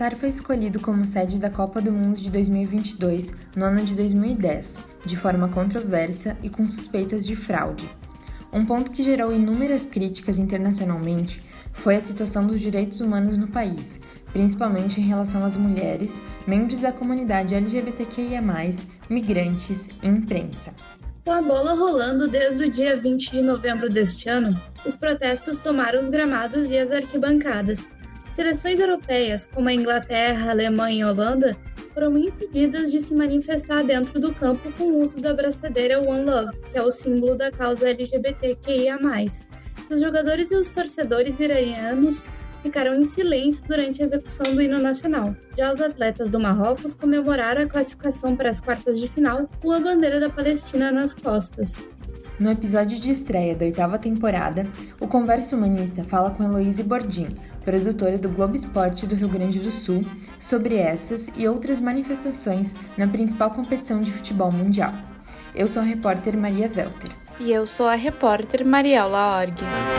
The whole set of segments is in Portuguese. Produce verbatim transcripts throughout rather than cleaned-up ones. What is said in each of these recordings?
Catar foi escolhido como sede da Copa do Mundo de dois mil e vinte e dois no ano de dois mil e dez, de forma controversa e com suspeitas de fraude. Um ponto que gerou inúmeras críticas internacionalmente foi a situação dos direitos humanos no país, principalmente em relação às mulheres, membros da comunidade L G B T Q I A mais, migrantes e imprensa. Com a bola rolando desde o dia vinte de novembro deste ano, os protestos tomaram os gramados e as arquibancadas. Seleções europeias, como a Inglaterra, a Alemanha e a Holanda, foram impedidas de se manifestar dentro do campo com o uso da abraçadeira One Love, que é o símbolo da causa L G B T Q I A mais. Os jogadores e os torcedores iranianos ficaram em silêncio durante a execução do hino nacional. Já os atletas do Marrocos comemoraram a classificação para as quartas de final com a bandeira da Palestina nas costas. No episódio de estreia da oitava temporada, o Conversa Humanista fala com Heloíse Bordim, produtora do Globo Esporte do Rio Grande do Sul, sobre essas e outras manifestações na principal competição de futebol mundial. Eu sou a repórter Maria Welter. E eu sou a repórter Mariela Org.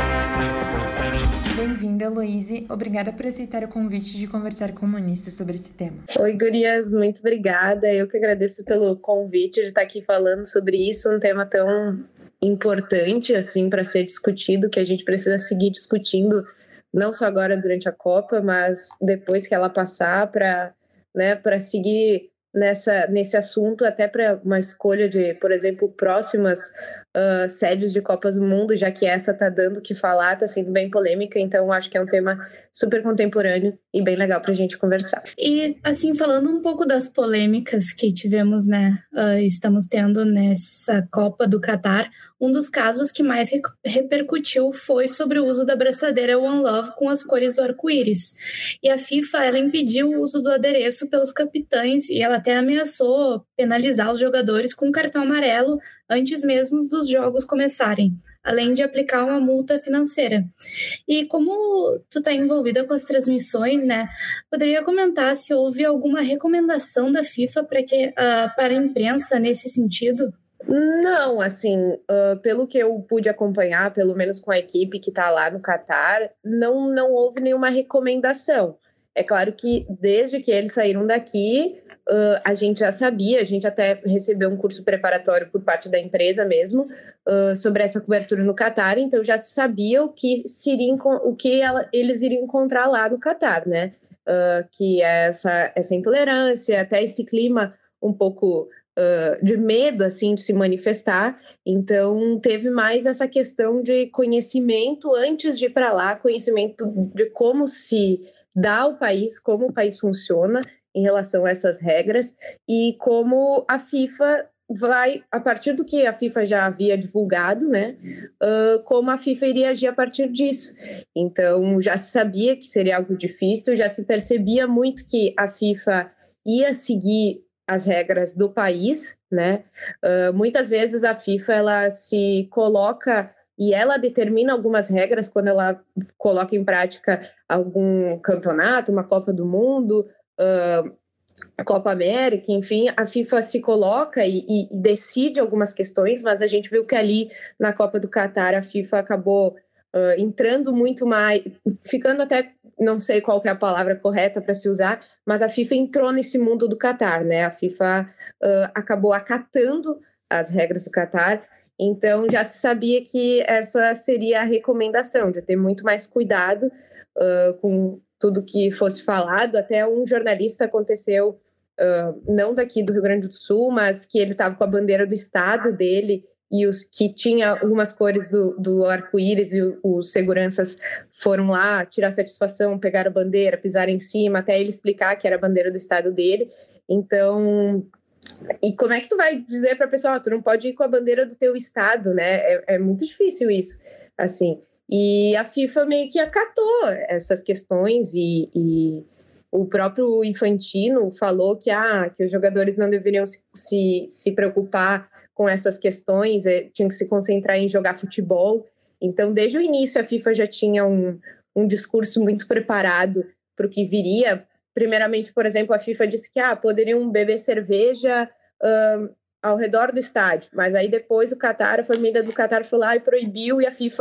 Bem-vinda, Heloíse. Obrigada por aceitar o convite de conversar com o Humanista sobre esse tema. Oi, gurias. Muito obrigada. Eu que agradeço pelo convite de estar aqui falando sobre isso, um tema tão importante assim para ser discutido, que a gente precisa seguir discutindo, não só agora durante a Copa, mas depois que ela passar, para, né, para seguir nessa, nesse assunto, até para uma escolha de, por exemplo, próximas Uh, sedes de Copas do Mundo, já que essa tá dando o que falar, tá sendo bem polêmica, então acho que é um tema super contemporâneo e bem legal pra gente conversar. E, assim, falando um pouco das polêmicas que tivemos, né, uh, estamos tendo nessa Copa do Catar, um dos casos que mais re- repercutiu foi sobre o uso da abraçadeira One Love com as cores do arco-íris. E a FIFA, ela impediu o uso do adereço pelos capitães e ela até ameaçou penalizar os jogadores com um cartão amarelo antes mesmo dos jogos começarem, além de aplicar uma multa financeira. E como tu está envolvida com as transmissões, né, poderia comentar se houve alguma recomendação da FIFA para que, uh, para a imprensa nesse sentido? Não, assim, uh, pelo que eu pude acompanhar, pelo menos com a equipe que está lá no Catar, não, não houve nenhuma recomendação. É claro que desde que eles saíram daqui, Uh, a gente já sabia, a gente até recebeu um curso preparatório por parte da empresa mesmo, uh, sobre essa cobertura no Catar, então já se sabia o que, se iria, o que ela, eles iriam encontrar lá no Catar, né? Uh, que é essa, essa intolerância, até esse clima um pouco uh, de medo, assim, de se manifestar. Então teve mais essa questão de conhecimento antes de ir para lá, conhecimento de como se dá o país, como o país funciona em relação a essas regras, e como a FIFA vai, a partir do que a FIFA já havia divulgado, né, uh, como a FIFA iria agir a partir disso. Então, já se sabia que seria algo difícil, já se percebia muito que a FIFA ia seguir as regras do país, né, uh, muitas vezes a FIFA, ela se coloca e ela determina algumas regras quando ela coloca em prática algum campeonato, uma Copa do Mundo, Uh, Copa América, enfim, a FIFA se coloca e, e decide algumas questões, mas a gente viu que ali na Copa do Catar a FIFA acabou uh, entrando muito mais, ficando até, não sei qual que é a palavra correta para se usar, mas a FIFA entrou nesse mundo do Catar, né? A FIFA uh, acabou acatando as regras do Catar, então já se sabia que essa seria a recomendação, de ter muito mais cuidado uh, com tudo que fosse falado. Até um jornalista aconteceu, uh, não daqui do Rio Grande do Sul, mas que ele estava com a bandeira do estado dele e os que tinha algumas cores do, do arco-íris, e os seguranças foram lá tirar satisfação, pegar a bandeira, pisar em cima, até ele explicar que era a bandeira do estado dele. Então, e como é que tu vai dizer para a pessoa, oh, tu não pode ir com a bandeira do teu estado, né? É, é muito difícil isso, assim. E a FIFA meio que acatou essas questões e, e o próprio Infantino falou que, ah, que os jogadores não deveriam se, se, se preocupar com essas questões, é, tinham que se concentrar em jogar futebol. Então, desde o início, a FIFA já tinha um, um discurso muito preparado para o que viria. Primeiramente, por exemplo, a FIFA disse que ah, poderiam beber cerveja uh, ao redor do estádio, mas aí depois o Catar, a família do Catar foi lá e proibiu, e a FIFA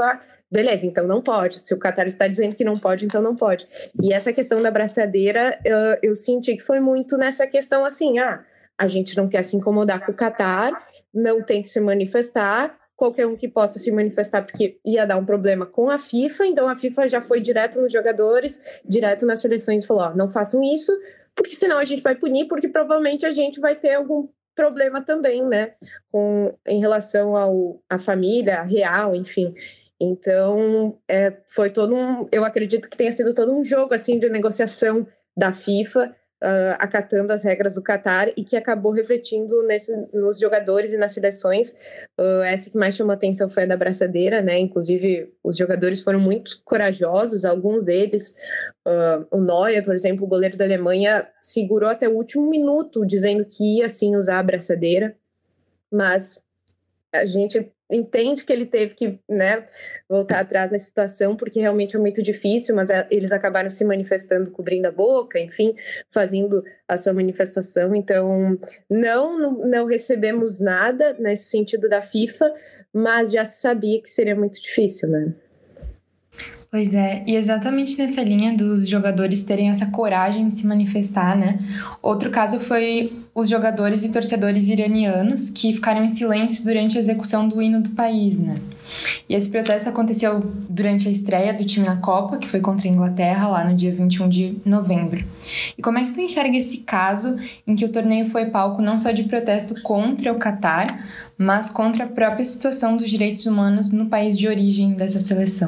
beleza, então não pode. Se o Qatar está dizendo que não pode, então não pode. E essa questão da abraçadeira, eu, eu senti que foi muito nessa questão assim, ah, a gente não quer se incomodar com o Qatar, não tem que se manifestar, qualquer um que possa se manifestar, porque ia dar um problema com a FIFA, então a FIFA já foi direto nos jogadores, direto nas seleções e falou, ó, não façam isso, porque senão a gente vai punir, porque provavelmente a gente vai ter algum problema também, né, com, em relação ao, à família real, enfim. Então, é, foi todo um, eu acredito que tenha sido todo um jogo, assim, de negociação da FIFA, Uh, acatando as regras do Qatar e que acabou refletindo nesse, nos jogadores e nas seleções. Uh, essa que mais chamou a atenção foi a da braçadeira, né? Inclusive, os jogadores foram muito corajosos, alguns deles. Uh, o Neuer, por exemplo, o goleiro da Alemanha, segurou até o último minuto, dizendo que ia, sim, usar a braçadeira. Mas a gente entende que ele teve que, né, voltar atrás nessa situação, porque realmente é muito difícil, mas eles acabaram se manifestando, cobrindo a boca, enfim, fazendo a sua manifestação. Então, não, não, não recebemos nada nesse sentido da FIFA, mas já se sabia que seria muito difícil, né? Pois é, e exatamente nessa linha dos jogadores terem essa coragem de se manifestar, né? Outro caso foi os jogadores e torcedores iranianos que ficaram em silêncio durante a execução do hino do país, né? E esse protesto aconteceu durante a estreia do time na Copa, que foi contra a Inglaterra, lá no dia vinte e um de novembro. E como é que tu enxerga esse caso em que o torneio foi palco não só de protesto contra o Qatar, mas contra a própria situação dos direitos humanos no país de origem dessa seleção?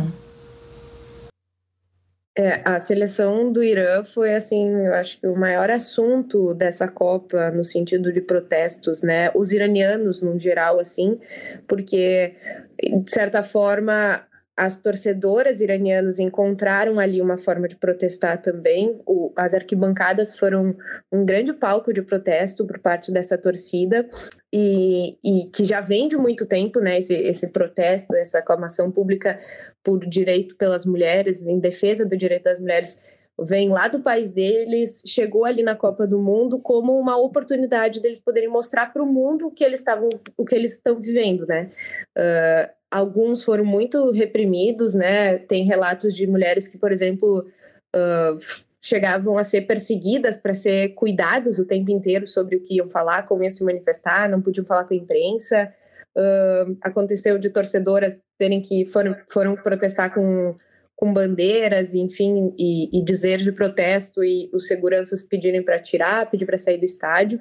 É, a seleção do Irã foi, assim, eu acho que o maior assunto dessa Copa no sentido de protestos, né? Os iranianos, no geral, assim, porque, de certa forma, as torcedoras iranianas encontraram ali uma forma de protestar também. O, as arquibancadas foram um grande palco de protesto por parte dessa torcida e, e que já vem de muito tempo, né, esse, esse protesto, essa aclamação pública por direito pelas mulheres, em defesa do direito das mulheres, vem lá do país deles, chegou ali na Copa do Mundo como uma oportunidade deles poderem mostrar para o mundo o que eles estavam, o que eles estão vivendo, né? Uh, alguns foram muito reprimidos, né? Tem relatos de mulheres que, por exemplo, uh, chegavam a ser perseguidas para ser cuidadas o tempo inteiro sobre o que iam falar, como iam se manifestar, não podiam falar com a imprensa. Uh, aconteceu de torcedoras terem que foram, foram protestar com com bandeiras, enfim, e, e dizer de protesto, e os seguranças pedirem para tirar, pedir para sair do estádio.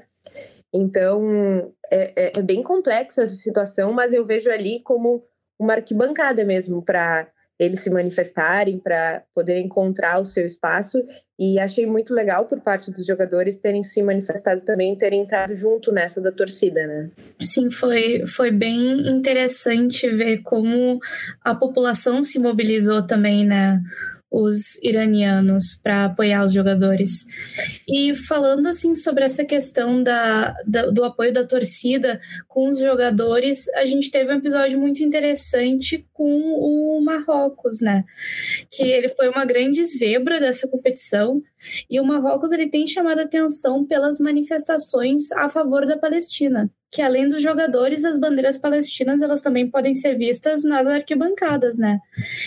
Então, é, é, é bem complexo essa situação, mas eu vejo ali como uma arquibancada mesmo para eles se manifestarem, para poderem encontrar o seu espaço, e achei muito legal por parte dos jogadores terem se manifestado também, terem entrado junto nessa da torcida, né? Sim, foi, foi bem interessante ver como a população se mobilizou também, né? Os iranianos para apoiar os jogadores. E falando assim sobre essa questão da, da, do apoio da torcida com os jogadores, a gente teve um episódio muito interessante com o Marrocos, né? Que ele foi uma grande zebra dessa competição, e o Marrocos ele tem chamado a atenção pelas manifestações a favor da Palestina, que além dos jogadores, as bandeiras palestinas elas também podem ser vistas nas arquibancadas, né?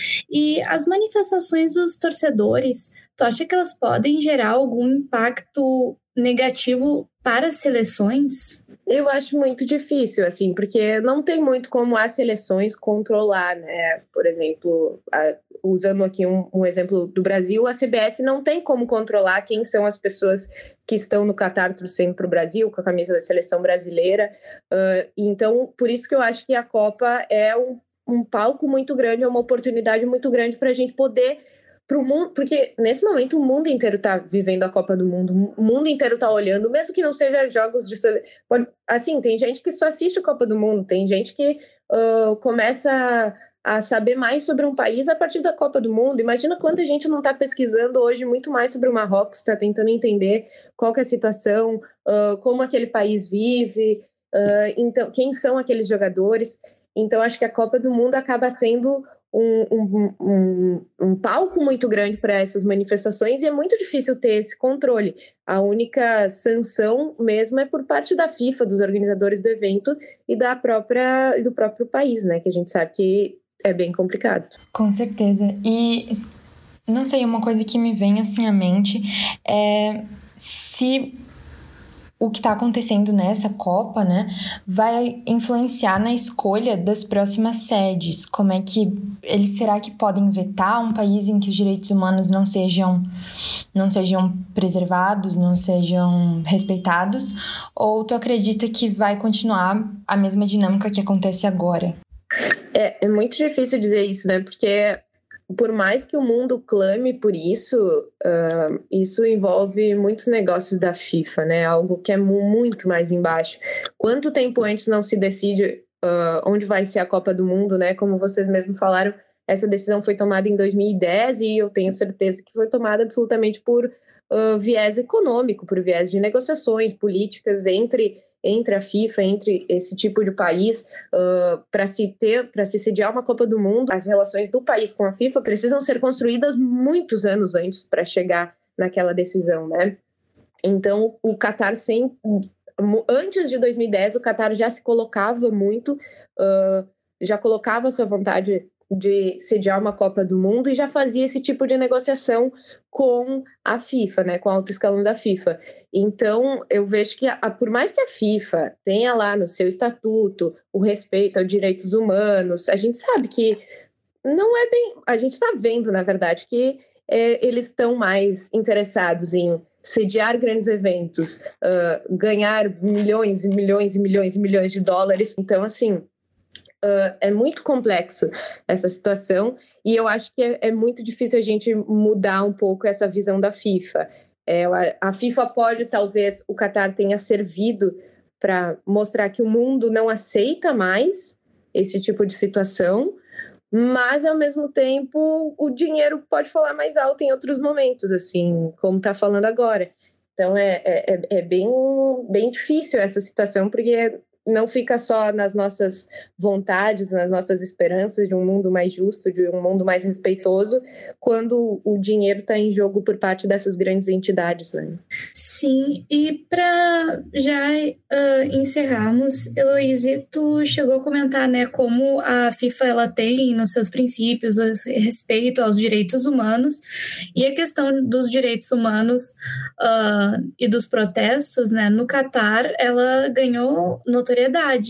E as manifestações dos torcedores, tu acha que elas podem gerar algum impacto negativo para as seleções? Eu acho muito difícil, assim, porque não tem muito como as seleções controlar, né? Por exemplo, a, usando aqui um, um exemplo do Brasil, a C B F não tem como controlar quem são as pessoas que estão no Qatar torcendo para o Brasil, com a camisa da seleção brasileira. Uh, então, por isso que eu acho que a Copa é um, um palco muito grande, é uma oportunidade muito grande para a gente poder pro mundo, porque nesse momento o mundo inteiro está vivendo a Copa do Mundo, o mundo inteiro está olhando, mesmo que não seja jogos de seleção. Assim, tem gente que só assiste a Copa do Mundo, tem gente que uh, começa a saber mais sobre um país a partir da Copa do Mundo. Imagina quanta gente não está pesquisando hoje muito mais sobre o Marrocos, está tentando entender qual que é a situação, uh, como aquele país vive, uh, então, quem são aqueles jogadores. Então, acho que a Copa do Mundo acaba sendo Um, um, um, um palco muito grande para essas manifestações, e é muito difícil ter esse controle. A única sanção mesmo é por parte da FIFA, dos organizadores do evento e da própria, do próprio país, né? Que a gente sabe que é bem complicado. Com certeza. E, não sei, uma coisa que me vem assim à mente é se o que está acontecendo nessa Copa, né, vai influenciar na escolha das próximas sedes. Como é que eles, será que podem vetar um país em que os direitos humanos não sejam, não sejam preservados, não sejam respeitados? Ou tu acredita que vai continuar a mesma dinâmica que acontece agora? É, é muito difícil dizer isso, né, porque por mais que o mundo clame por isso, uh, isso envolve muitos negócios da FIFA, né? Algo que é muito mais embaixo. Quanto tempo antes não se decide uh, onde vai ser a Copa do Mundo, né? Como vocês mesmos falaram, essa decisão foi tomada em dois mil e dez e eu tenho certeza que foi tomada absolutamente por uh, viés econômico, por viés de negociações políticas entre... entre a FIFA, entre esse tipo de país, uh, para se ter, para se sediar uma Copa do Mundo, as relações do país com a FIFA precisam ser construídas muitos anos antes para chegar naquela decisão, né? Então, o Qatar sempre, antes de dois mil e dez, o Qatar já se colocava muito, uh, já colocava a sua vontade de sediar uma Copa do Mundo e já fazia esse tipo de negociação com a FIFA, né, com o alto escalão da FIFA. Então, eu vejo que, a, por mais que a FIFA tenha lá no seu estatuto o respeito aos direitos humanos, a gente sabe que não é bem... A gente está vendo, na verdade, que é, eles estão mais interessados em sediar grandes eventos, uh, ganhar milhões e milhões e milhões e milhões de dólares. Então, assim... Uh, é muito complexo essa situação e eu acho que é, é muito difícil a gente mudar um pouco essa visão da FIFA. É, a, a FIFA pode, talvez, o Qatar tenha servido para mostrar que o mundo não aceita mais esse tipo de situação, mas, ao mesmo tempo, o dinheiro pode falar mais alto em outros momentos, assim, como está falando agora. Então, é, é, é bem, bem difícil essa situação, porque... não fica só nas nossas vontades, nas nossas esperanças de um mundo mais justo, de um mundo mais respeitoso, quando o dinheiro está em jogo por parte dessas grandes entidades, né? Sim, e para já uh, encerrarmos, Heloíse, tu chegou a comentar, né, como a FIFA ela tem nos seus princípios o respeito aos direitos humanos, e a questão dos direitos humanos uh, e dos protestos, né, no Qatar, ela ganhou notoriedade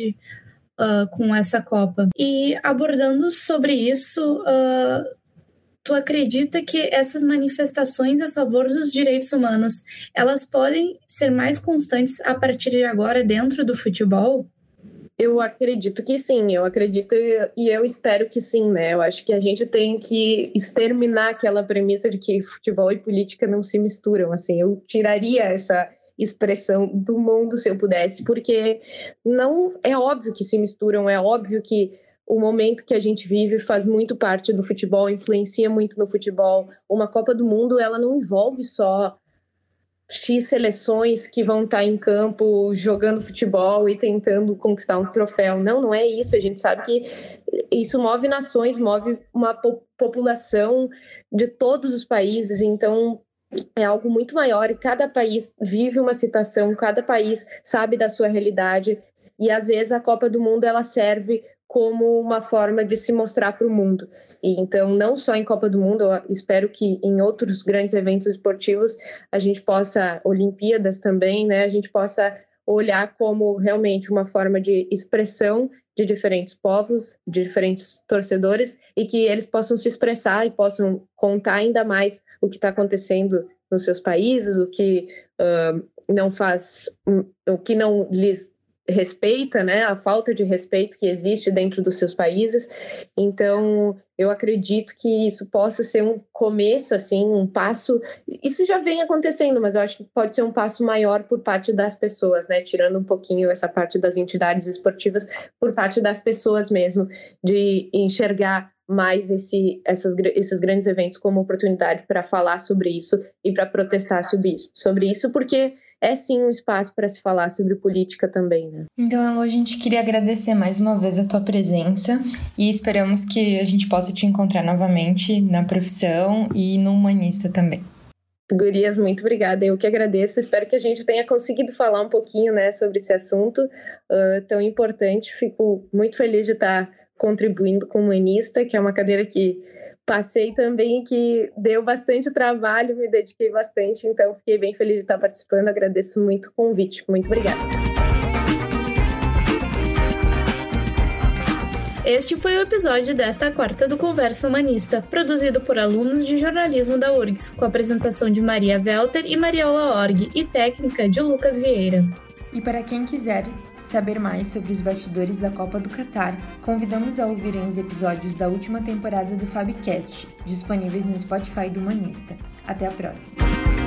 uh, com essa Copa. E abordando sobre isso, uh, tu acredita que essas manifestações a favor dos direitos humanos, elas podem ser mais constantes a partir de agora dentro do futebol? Eu acredito que sim, eu acredito e eu espero que sim, né? Eu acho que a gente tem que exterminar aquela premissa de que futebol e política não se misturam, assim. Eu tiraria essa expressão do mundo se eu pudesse, porque não é óbvio que se misturam, é óbvio que o momento que a gente vive faz muito parte do futebol, influencia muito no futebol. Uma Copa do Mundo, ela não envolve só X seleções que vão estar em campo jogando futebol e tentando conquistar um troféu. Não, não é isso. A gente sabe que isso move nações, move uma po- população de todos os países, então é algo muito maior e cada país vive uma situação, cada país sabe da sua realidade e às vezes a Copa do Mundo ela serve como uma forma de se mostrar para o mundo. E então, não só em Copa do Mundo, eu espero que em outros grandes eventos esportivos a gente possa, Olimpíadas também, né, a gente possa olhar como realmente uma forma de expressão de diferentes povos, de diferentes torcedores, e que eles possam se expressar e possam contar ainda mais o que está acontecendo nos seus países, o que uh, não faz, o que não lhes respeita, né, a falta de respeito que existe dentro dos seus países. Então, eu acredito que isso possa ser um começo, assim, um passo. Isso já vem acontecendo, mas eu acho que pode ser um passo maior por parte das pessoas, né, tirando um pouquinho essa parte das entidades esportivas, por parte das pessoas mesmo, de enxergar mais esse, essas, esses grandes eventos como oportunidade para falar sobre isso e para protestar sobre isso, sobre isso, porque é sim um espaço para se falar sobre política também, né? Então, Elo, a gente queria agradecer mais uma vez a tua presença e esperamos que a gente possa te encontrar novamente na profissão e no Humanista também. Gurias, muito obrigada. Eu que agradeço. Espero que a gente tenha conseguido falar um pouquinho, né, sobre esse assunto uh, tão importante. Fico muito feliz de estar contribuindo com humanista, que é uma cadeira que passei também, que deu bastante trabalho, me dediquei bastante, então fiquei bem feliz de estar participando, agradeço muito o convite, muito obrigada. Este foi o episódio desta quarta do Conversa Humanista, produzido por alunos de jornalismo da U R G S, com a apresentação de Maria Welter e Mariola Org e técnica de Lucas Vieira. E para quem quiser saber mais sobre os bastidores da Copa do Catar, convidamos a ouvirem os episódios da última temporada do Fabcast, disponíveis no Spotify do Humanista. Até a próxima!